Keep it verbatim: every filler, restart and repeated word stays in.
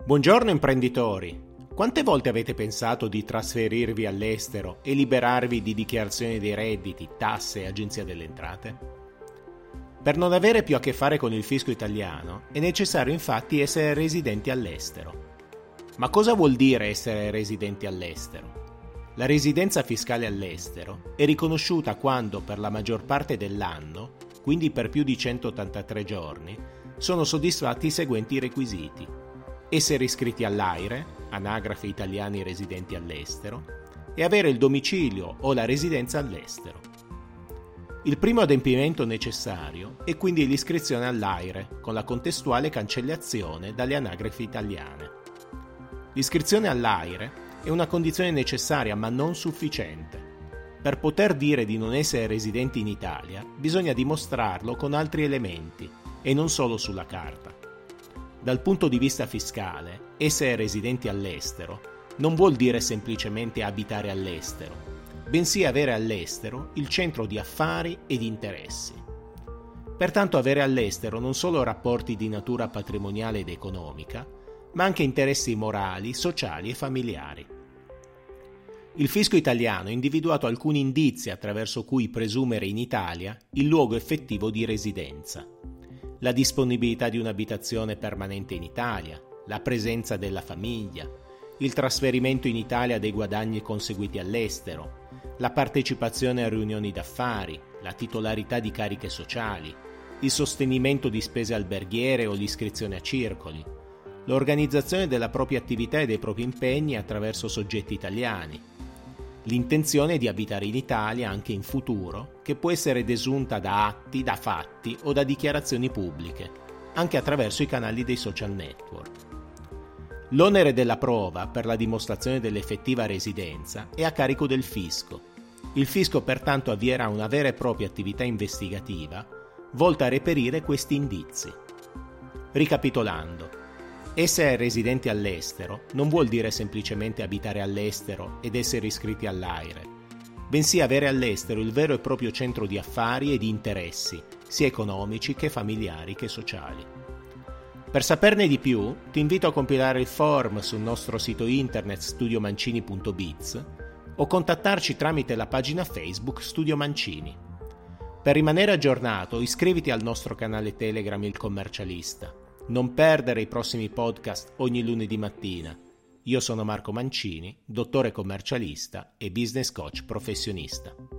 Buongiorno imprenditori! Quante volte avete pensato di trasferirvi all'estero e liberarvi di dichiarazioni dei redditi, tasse e agenzia delle entrate? Per non avere più a che fare con il fisco italiano è necessario infatti essere residenti all'estero. Ma cosa vuol dire essere residenti all'estero? La residenza fiscale all'estero è riconosciuta quando per la maggior parte dell'anno, quindi per più di centottantatré giorni, sono soddisfatti i seguenti requisiti: essere iscritti all'AIRE, Anagrafe Italiani Residenti all'Estero, e avere il domicilio o la residenza all'estero. Il primo adempimento necessario è quindi l'iscrizione all'AIRE, con la contestuale cancellazione dalle anagrafi italiane. L'iscrizione all'AIRE è una condizione necessaria ma non sufficiente. Per poter dire di non essere residenti in Italia, bisogna dimostrarlo con altri elementi e non solo sulla carta. Dal punto di vista fiscale, essere residenti all'estero non vuol dire semplicemente abitare all'estero, bensì avere all'estero il centro di affari e di interessi. Pertanto avere all'estero non solo rapporti di natura patrimoniale ed economica, ma anche interessi morali, sociali e familiari. Il fisco italiano ha individuato alcuni indizi attraverso cui presumere in Italia il luogo effettivo di residenza: la disponibilità di un'abitazione permanente in Italia, la presenza della famiglia, il trasferimento in Italia dei guadagni conseguiti all'estero, la partecipazione a riunioni d'affari, la titolarità di cariche sociali, il sostenimento di spese alberghiere o l'iscrizione a circoli, l'organizzazione della propria attività e dei propri impegni attraverso soggetti italiani, l'intenzione di abitare in Italia anche in futuro, che può essere desunta da atti, da fatti o da dichiarazioni pubbliche, anche attraverso i canali dei social network. L'onere della prova per la dimostrazione dell'effettiva residenza è a carico del fisco. Il fisco pertanto avvierà una vera e propria attività investigativa volta a reperire questi indizi. Ricapitolando, essere residenti all'estero non vuol dire semplicemente abitare all'estero ed essere iscritti all'AIRE, bensì avere all'estero il vero e proprio centro di affari e di interessi, sia economici che familiari che sociali. Per saperne di più, ti invito a compilare il form sul nostro sito internet studio mancini punto biz o contattarci tramite la pagina Facebook Studio Mancini. Per rimanere aggiornato, iscriviti al nostro canale Telegram Il Commercialista. Non perdere i prossimi podcast ogni lunedì mattina. Io sono Marco Mancini, dottore commercialista e business coach professionista.